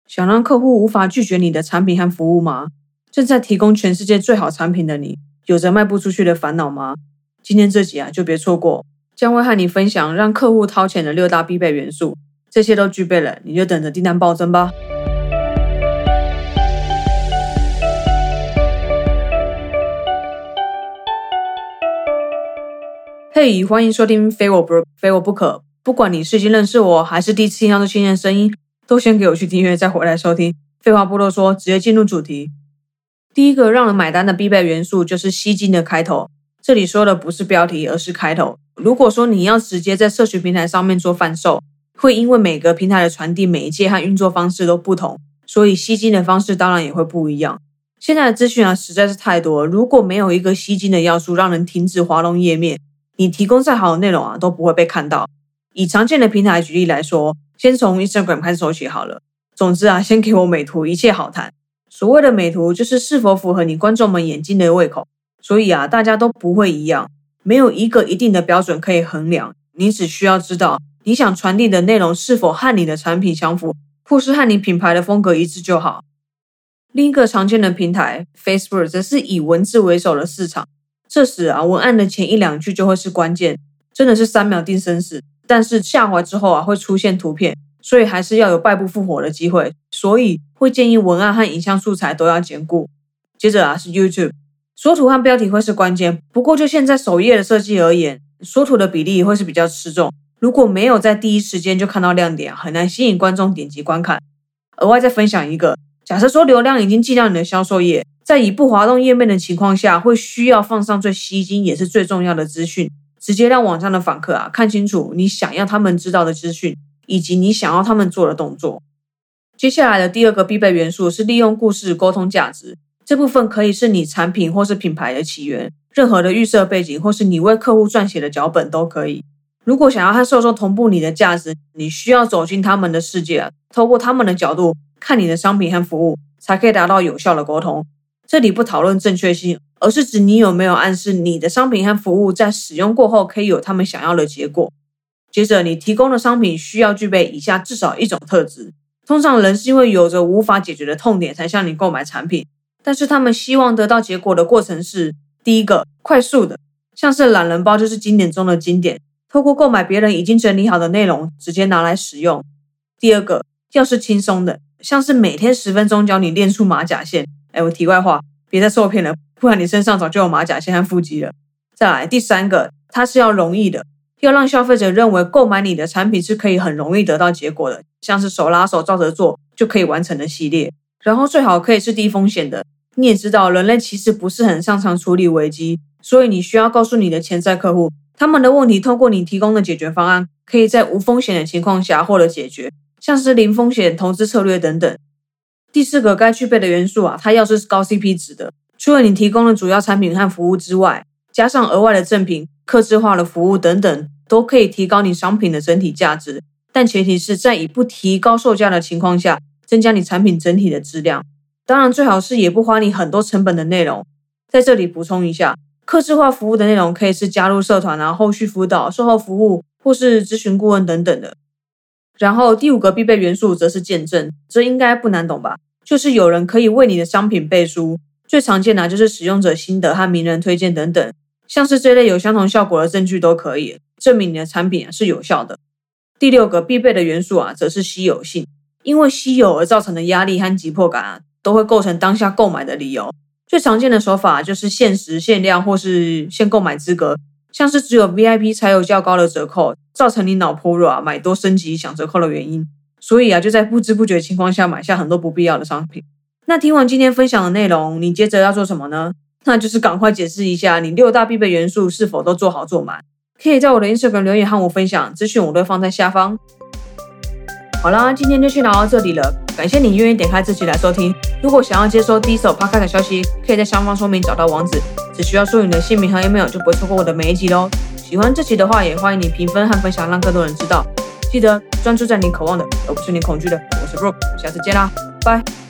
想让客户无法拒绝你的产品和服务吗？正在提供全世界最好产品的你，有着卖不出去的烦恼吗？今天这集就别错过，将会和你分享让客户掏钱的6大必备元素，这些都具备了，你就等着订单暴增吧。嘿，欢迎收听非我不可。不管你是已经认识我，还是第一次听到这新鲜声音，都先给我去订阅再回来收听。废话不多说，直接进入主题。第一个让人买单的必备元素就是吸睛的开头。这里说的不是标题，而是开头。如果说你要直接在社群平台上面做贩售，会因为每个平台的传递媒介和运作方式都不同，所以吸睛的方式当然也会不一样。现在的资讯实在是太多了，如果没有一个吸睛的要素让人停止滑动页面，你提供再好的内容都不会被看到。以常见的平台举例来说，先从 Instagram 开始说起好了。总之先给我美图，一切好谈。所谓的美图就是是否符合你观众们眼睛的胃口，所以大家都不会一样，没有一个一定的标准可以衡量。你只需要知道你想传递的内容是否和你的产品相符，或是和你品牌的风格一致就好。另一个常见的平台 Facebook 则是以文字为首的市场，这时文案的前1、2句就会是关键，真的是3秒定生死。但是下滑之后会出现图片，所以还是要有败不复活的机会，所以会建议文案和影像素材都要兼顾。接着是 YouTube， 缩图和标题会是关键，不过就现在首页的设计而言，缩图的比例会是比较吃重，如果没有在第一时间就看到亮点，很难吸引观众点击观看。额外再分享一个，假设说流量已经进到你的销售页，在以不滑动页面的情况下，会需要放上最吸睛也是最重要的资讯，直接让网上的访客看清楚你想要他们知道的资讯，以及你想要他们做的动作。接下来的第二个必备元素是利用故事沟通价值，这部分可以是你产品或是品牌的起源，任何的预设背景或是你为客户撰写的脚本都可以。如果想要和受众同步你的价值，你需要走进他们的世界，透过他们的角度看你的商品和服务，才可以达到有效的沟通。这里不讨论正确性，而是指你有没有暗示你的商品和服务在使用过后可以有他们想要的结果。接着你提供的商品需要具备以下至少一种特质。通常人是因为有着无法解决的痛点才向你购买产品，但是他们希望得到结果的过程是：第一个，快速的，像是懒人包就是经典中的经典，透过购买别人已经整理好的内容直接拿来使用。第二个，要是轻松的，像是每天10分钟教你练出马甲线。我题外话，别再受骗了，不然你身上早就有马甲线和腹肌了。再来第三个，它是要容易的，要让消费者认为购买你的产品是可以很容易得到结果的，像是手拉手照着做就可以完成的系列。然后最好可以是低风险的，你也知道人类其实不是很擅长处理危机，所以你需要告诉你的潜在客户，他们的问题通过你提供的解决方案可以在无风险的情况下获得解决，像是零风险投资策略等等。第四个该具备的元素它要是高 CP 值的，除了你提供的主要产品和服务之外，加上额外的赠品、客制化的服务等等，都可以提高你商品的整体价值，但前提是在以不提高售价的情况下，增加你产品整体的质量。当然最好是也不花你很多成本的内容。在这里补充一下，客制化服务的内容可以是加入社团后续辅导、售后服务或是咨询顾问等等的。然后第5个必备元素则是见证，这应该不难懂吧？就是有人可以为你的商品背书，最常见的就是使用者心得和名人推荐等等，像是这类有相同效果的证据都可以证明你的产品是有效的。第6个必备的元素则是稀有性，因为稀有而造成的压力和急迫感都会构成当下购买的理由。最常见的手法就是限时、限量或是限购买资格，像是只有 VIP 才有较高的折扣，造成你脑破热买多升级享折扣的原因。所以就在不知不觉的情况下买下很多不必要的商品。那听完今天分享的内容，你接着要做什么呢？那就是赶快解释一下你6大必备元素是否都做好做满。可以在我的 Instagram 留言和我分享，资讯我都会放在下方。好啦，今天就先聊到这里了，感谢你愿意点开这集来收听。如果想要接收第一手 Podcast 的消息，可以在下方说明找到网址，只需要输入你的姓名和 email 就不会错过我的每一集咯。喜欢这集的话，也欢迎你评分和分享，让更多人知道。记得专注在你渴望的，而不是你恐惧的。我是 Brooke，下次见啦，拜。